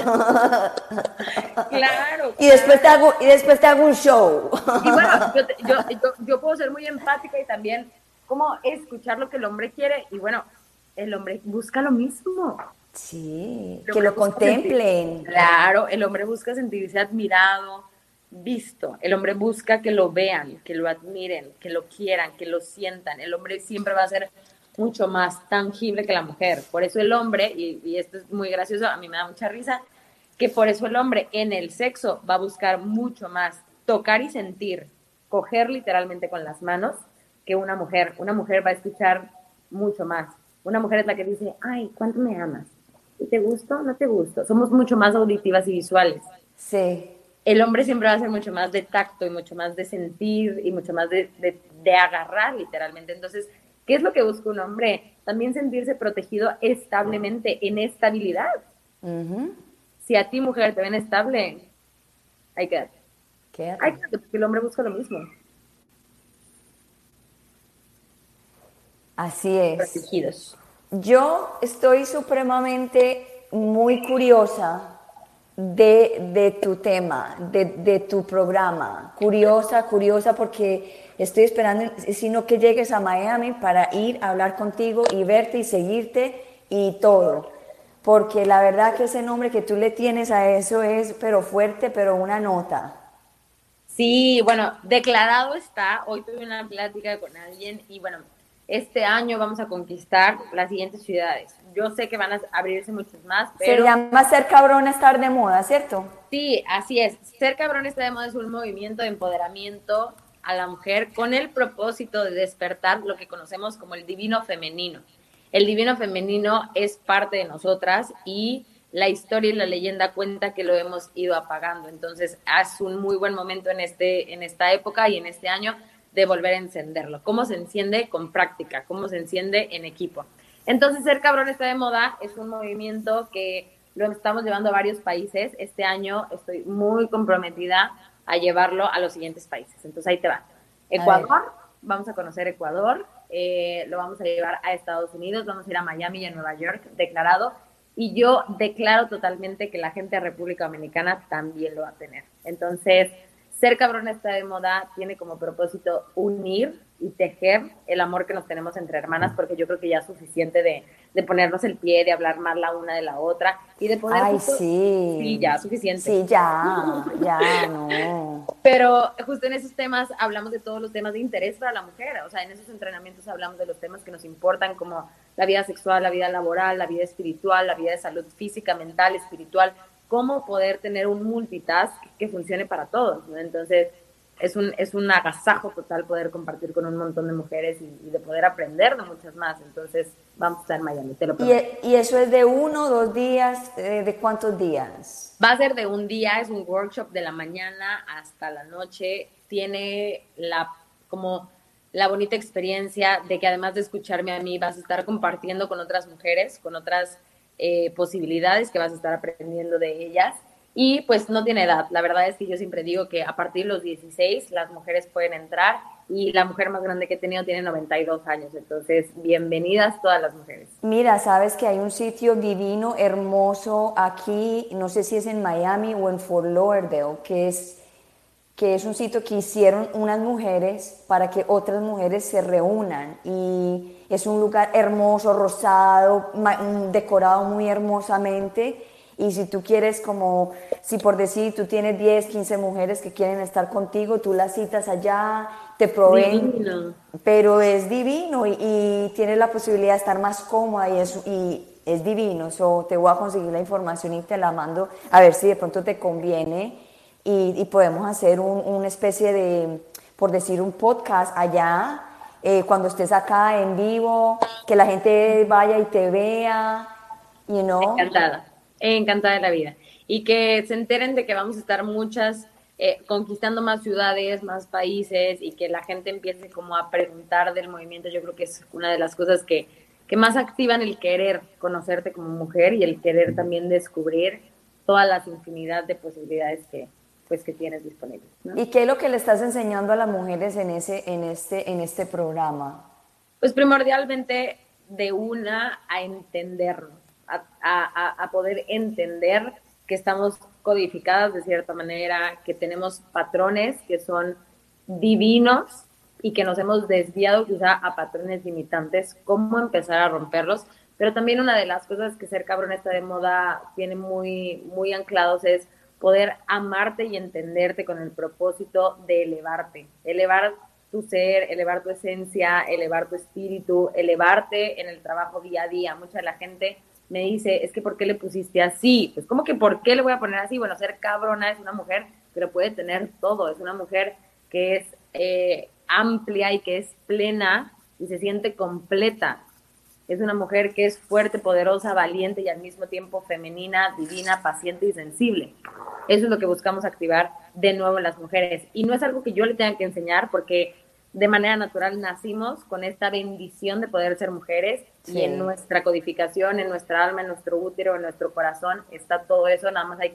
Claro. Y después te hago, y después te hago un show. Y bueno, yo, te- yo, yo, yo puedo ser muy empática y también como escuchar lo que el hombre quiere. Y bueno, el hombre busca lo mismo. Sí, El que hombre lo busca contemplen. sentir- claro, el hombre busca sentirse admirado, visto. El hombre busca que lo vean, que lo admiren, que lo quieran, que lo sientan. El hombre siempre va a ser mucho más tangible que la mujer. Por eso el hombre, y, y esto es muy gracioso, a mí me da mucha risa, que por eso el hombre en el sexo va a buscar mucho más tocar y sentir, coger literalmente con las manos, que una mujer. Una mujer va a escuchar mucho más. Una mujer es la que dice, ay, ¿cuánto me amas? ¿Y te gusto? ¿No te gusto? Somos mucho más auditivas y visuales. Sí, El hombre siempre va a ser mucho más de tacto y mucho más de sentir y mucho más de, de, de agarrar literalmente. Entonces, ¿qué es lo que busca un hombre? También sentirse protegido establemente, en estabilidad. ujú, Si a ti, mujer, te ven estable, ahí quédate. Ay, Quédate. claro, porque el hombre busca lo mismo. Así es. Protegidos. Yo estoy supremamente muy curiosa de, de tu tema, de, de tu programa. Curiosa, curiosa porque estoy esperando, sino que llegues a Miami para ir a hablar contigo y verte y seguirte y todo. Porque la verdad que ese nombre que tú le tienes a eso es, pero fuerte, pero una nota. Sí, bueno, declarado está. Hoy tuve una plática con alguien y bueno, este año vamos a conquistar las siguientes ciudades. Yo sé que van a abrirse muchas más, Se pero llama ser cabrón estar de moda, ¿cierto? sí, así es. Ser cabrón está de moda es un movimiento de empoderamiento a la mujer con el propósito de despertar lo que conocemos como el divino femenino. El divino femenino es parte de nosotras y la historia y la leyenda cuenta que lo hemos ido apagando. Entonces, es un muy buen momento en, este, en esta época y en este año de volver a encenderlo. ¿Cómo se enciende? Con práctica. ¿Cómo se enciende? En equipo. Entonces, ser cabrón está de moda es un movimiento que lo estamos llevando a varios países. Este año estoy muy comprometida a llevarlo a los siguientes países. Entonces, ahí te va. A ver. Ecuador, vamos a conocer Ecuador, eh, lo vamos a llevar a Estados Unidos, vamos a ir a Miami y a Nueva York, declarado. Y yo declaro totalmente que la gente de República Dominicana también lo va a tener. Entonces, ser cabrón está de moda, tiene como propósito unir y tejer el amor que nos tenemos entre hermanas, porque yo creo que ya es suficiente de, de ponernos el pie, de hablar mal la una de la otra y de poder Ay, justo, sí, sí. ya, suficiente. Sí, ya, ya, no. Pero justo en esos temas hablamos de todos los temas de interés para la mujer, o sea, en esos entrenamientos hablamos de los temas que nos importan, como la vida sexual, la vida laboral, la vida espiritual, la vida de salud física, mental, espiritual, cómo poder tener un multitask que funcione para todos, ¿no? Entonces, es un, es un agasajo total poder compartir con un montón de mujeres y, y de poder aprender de muchas más. Entonces, vamos a estar en Miami, te lo ¿Y, prometo. y eso es de uno, dos días? eh, ¿De cuántos días? Va a ser de un día, es un workshop de la mañana hasta la noche. Tiene la como la bonita experiencia de que además de escucharme a mí, vas a estar compartiendo con otras mujeres, con otras eh, posibilidades que vas a estar aprendiendo de ellas. Y pues no tiene edad. La verdad es que yo siempre digo que a partir de los dieciséis las mujeres pueden entrar y la mujer más grande que he tenido tiene noventa y dos años. Entonces, bienvenidas todas las mujeres. Mira, sabes que hay un sitio divino, hermoso aquí, no sé si es en Miami o en Fort Lauderdale, que es, que es un sitio que hicieron unas mujeres para que otras mujeres se reúnan. Y es un lugar hermoso, rosado, decorado muy hermosamente. Y si tú quieres como, si por decir tú tienes diez, quince mujeres que quieren estar contigo, tú las citas allá, te proveen, Divino. pero es divino y, y tienes la posibilidad de estar más cómoda y es, y es divino. So, te voy a conseguir la información y te la mando a ver si de pronto te conviene y, y podemos hacer un, una especie de, por decir, un podcast allá, eh, cuando estés acá en vivo, que la gente vaya y te vea, you know. Encantada, encantada de la vida. Y que se enteren de que vamos a estar muchas eh, conquistando más ciudades, más países y que la gente empiece como a preguntar del movimiento. Yo creo que es una de las cosas que, que más activan el querer conocerte como mujer y el querer también descubrir todas las infinidad de posibilidades que, pues, que tienes disponibles, ¿no? ¿Y qué es lo que le estás enseñando a las mujeres en, ese, en, este, en este programa? Pues primordialmente de una a entendernos, a, a, a poder entender que estamos codificadas de cierta manera, que tenemos patrones que son divinos y que nos hemos desviado quizá a patrones limitantes, cómo empezar a romperlos. Pero también una de las cosas que ser cabrón está de moda tiene muy, muy anclados es poder amarte y entenderte con el propósito de elevarte, elevar tu ser, elevar tu esencia, elevar tu espíritu, elevarte en el trabajo día a día. Mucha de la gente me dice, es que ¿por qué le pusiste así? Pues ¿cómo que por qué le voy a poner así? Bueno, ser cabrona es una mujer que lo puede tener todo, es una mujer que es eh, amplia y que es plena y se siente completa. Es una mujer que es fuerte, poderosa, valiente y al mismo tiempo femenina, divina, paciente y sensible. Eso es lo que buscamos activar de nuevo en las mujeres. Y no es algo que yo le tenga que enseñar porque de manera natural nacimos con esta bendición de poder ser mujeres Sí. y en nuestra codificación, en nuestra alma, en nuestro útero, en nuestro corazón está todo eso. Nada más hay que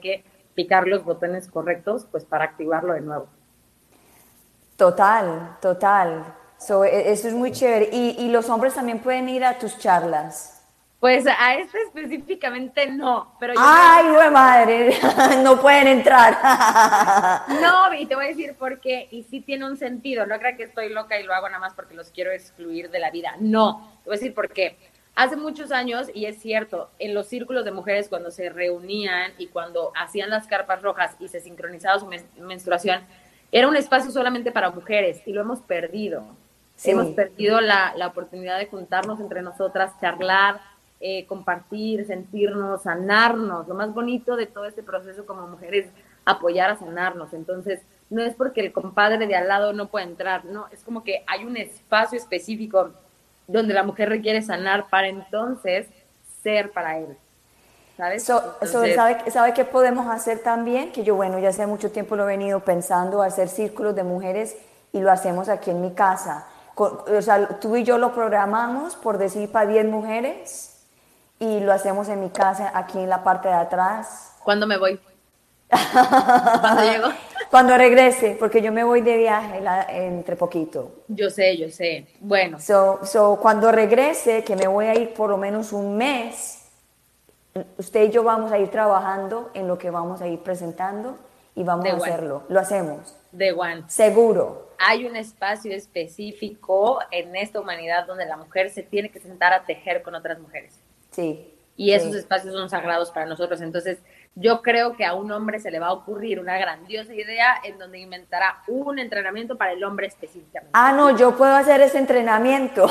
picar los botones correctos, pues para activarlo de nuevo. Total, total. So, e- eso es muy chévere. Y, y los hombres también pueden ir a tus charlas. Pues a este específicamente no, pero yo ¡Ay, me... güey madre! No pueden entrar. No, y te voy a decir por qué, y sí tiene un sentido, no crean que estoy loca y lo hago nada más porque los quiero excluir de la vida, no, te voy a decir por qué. Hace muchos años, y es cierto, en los círculos de mujeres cuando se reunían y cuando hacían las carpas rojas y se sincronizaba su men menstruación, era un espacio solamente para mujeres y lo hemos perdido. Sí. Hemos perdido la, la oportunidad de juntarnos entre nosotras, charlar, eh, compartir, sentirnos, sanarnos. Lo más bonito de todo este proceso como mujeres es apoyar a sanarnos. Entonces, no es porque el compadre de al lado no pueda entrar, no, es como que hay un espacio específico donde la mujer requiere sanar para entonces ser para él, ¿sabes? So, so, Entonces, ¿sabe, ¿Sabe qué podemos hacer también? Que yo, bueno, ya hace mucho tiempo lo he venido pensando, hacer círculos de mujeres y lo hacemos aquí en mi casa. Con, o sea, tú y yo lo programamos, por decir, para diez mujeres y lo hacemos en mi casa, aquí en la parte de atrás. ¿cuándo me voy? ¿Cuándo llego? Cuando regrese, porque yo me voy de viaje la, entre poquito. Yo sé, yo sé. Bueno. So, so, cuando regrese, que me voy a ir por lo menos un mes, usted y yo vamos a ir trabajando en lo que vamos a ir presentando y vamos De a one. hacerlo. Lo hacemos. De one. Seguro. Hay un espacio específico en esta humanidad donde la mujer se tiene que sentar a tejer con otras mujeres. Sí. Y esos sí. espacios son sagrados para nosotros. Entonces, yo creo que a un hombre se le va a ocurrir una grandiosa idea en donde inventará un entrenamiento para el hombre específicamente. Ah, no, yo puedo hacer ese entrenamiento.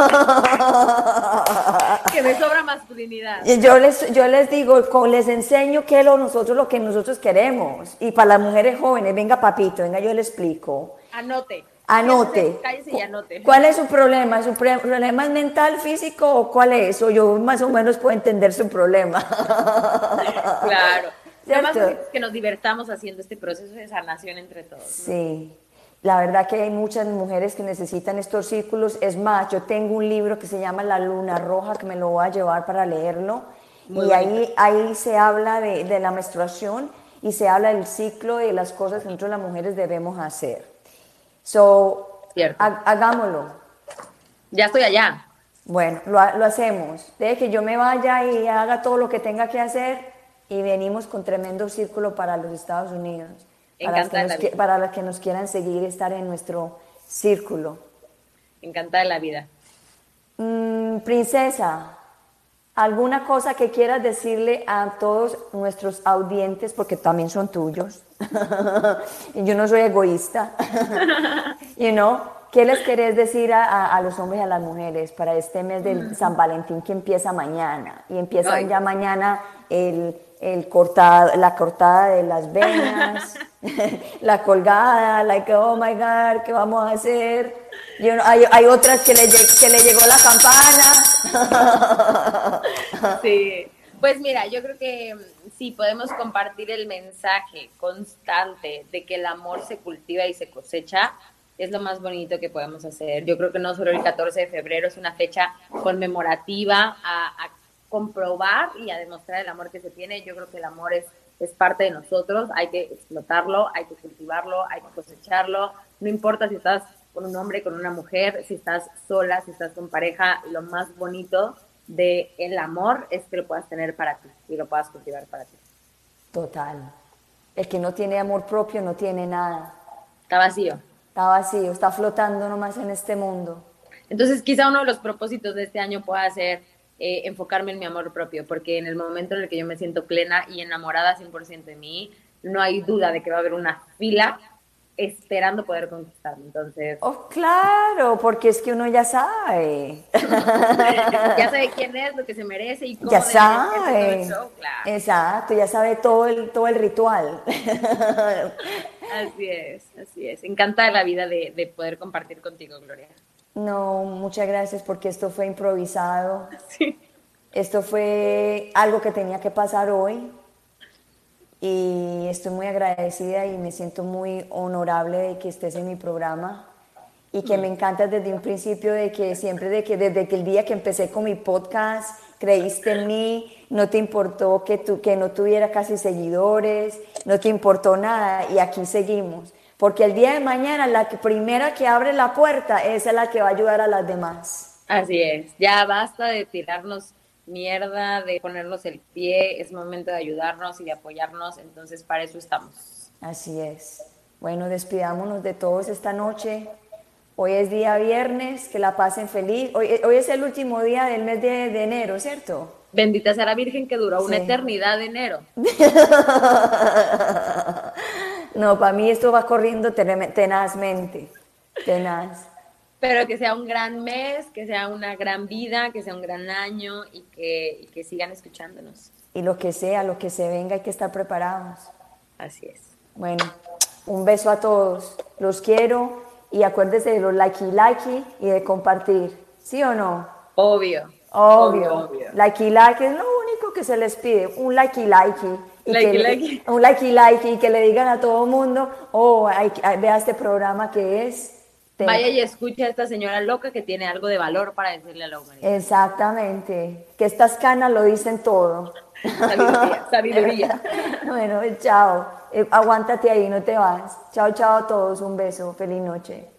Que me sobra masculinidad. Yo les, yo les digo, les enseño qué es lo, nosotros, lo que nosotros queremos. Y para las mujeres jóvenes, venga papito, venga, yo le explico. Anote. Anote. Cállese y anote. ¿Cuál es su problema? ¿Su problema es mental, físico o cuál es? O yo más o menos puedo entender su problema. Claro. Lo más ¿Cierto? bonito es que nos divertamos haciendo este proceso de sanación entre todos, ¿no? Sí. La verdad que hay muchas mujeres que necesitan estos círculos. Es más, yo tengo un libro que se llama La Luna Roja, que me lo voy a llevar para leerlo. Muy y ahí, bonito. ahí se habla de, de la menstruación y se habla del ciclo y de las cosas que nosotros las mujeres debemos hacer. So, Cierto. ha, hagámoslo. Ya estoy allá. Bueno, lo, lo hacemos. Deje que yo me vaya y haga todo lo que tenga que hacer y venimos con tremendo círculo para los Estados Unidos. Para las, que nos, para las que nos quieran seguir, estar en nuestro círculo. Encantada de la vida. Mm, princesa, ¿alguna cosa que quieras decirle a todos nuestros audientes, porque también son tuyos? Y yo no soy egoísta. You know, ¿qué les querés decir a, a, a los hombres y a las mujeres para este mes de San Valentín que empieza mañana? Y empieza Ay. ya mañana el, el cortado, la cortada de las venas, la colgada, like, oh my God, ¿qué vamos a hacer? You know, hay, hay otras que le, que le llegó la campana. Sí. Pues mira, yo creo que sí, podemos compartir el mensaje constante de que el amor se cultiva y se cosecha, es lo más bonito que podemos hacer. Yo creo que no solo el catorce de febrero es una fecha conmemorativa a, a comprobar y a demostrar el amor que se tiene. Yo creo que el amor es, es parte de nosotros, hay que explotarlo, hay que cultivarlo, hay que cosecharlo. No importa si estás con un hombre, con una mujer, si estás sola, si estás con pareja, lo más bonito de el amor es que lo puedas tener para ti y lo puedas cultivar para ti. Total. El que no tiene amor propio no tiene nada. Está vacío. Está vacío, está flotando nomás en este mundo. Entonces quizá uno de los propósitos de este año pueda ser eh, enfocarme en mi amor propio, porque en el momento en el que yo me siento plena y enamorada cien por ciento de mí, no hay duda de que va a haber una fila esperando poder conquistarme. Entonces, oh, claro, porque es que uno ya sabe. Ya sabe quién es, lo que se merece y cómo ya debe sabe. todo el show, claro. Exacto, ya sabe todo el, todo el ritual. Así es, así es. Encantada la vida de, de poder compartir contigo, Gloria. No, muchas gracias porque esto fue improvisado. Sí. Esto fue algo que tenía que pasar hoy. Y estoy muy agradecida y me siento muy honorable de que estés en mi programa y que me encanta desde un principio, de que siempre, de que desde que el día que empecé con mi podcast creíste en mí, no te importó que, tu, que no tuviera casi seguidores, no te importó nada y aquí seguimos. Porque el día de mañana la que, primera que abre la puerta, esa es la que va a ayudar a las demás. Así es, ya basta de tirarnos mierda, de ponernos el pie, es momento de ayudarnos y de apoyarnos, entonces para eso estamos. Así es. Bueno, despidámonos de todos esta noche. Hoy es día viernes, que la pasen feliz. Hoy, hoy es el último día del mes de, de enero, ¿cierto? Bendita sea la Virgen que duró Sí. una eternidad de enero. No, para mí esto va corriendo tenazmente, tenaz. Pero que sea un gran mes, que sea una gran vida, que sea un gran año y que, y que sigan escuchándonos. Y lo que sea, lo que se venga, hay que estar preparados. Así es. Bueno, un beso a todos. Los quiero y acuérdense de los likey likey y de compartir. ¿Sí o no? Obvio. Obvio. Obvio, obvio. Likey likey es lo único que se les pide. Un likey likey. Y Likey, que likey. Le, un likey likey y que le digan a todo el mundo, oh, hay, hay, vea este programa que es. Te... Vaya y escucha a esta señora loca que tiene algo de valor para decirle a la humanidad. Exactamente. Que estas canas lo dicen todo. Sabiduría, sabiduría. Bueno, chao. Eh, aguántate ahí, no te vas. Chao, chao a todos. Un beso. Feliz noche.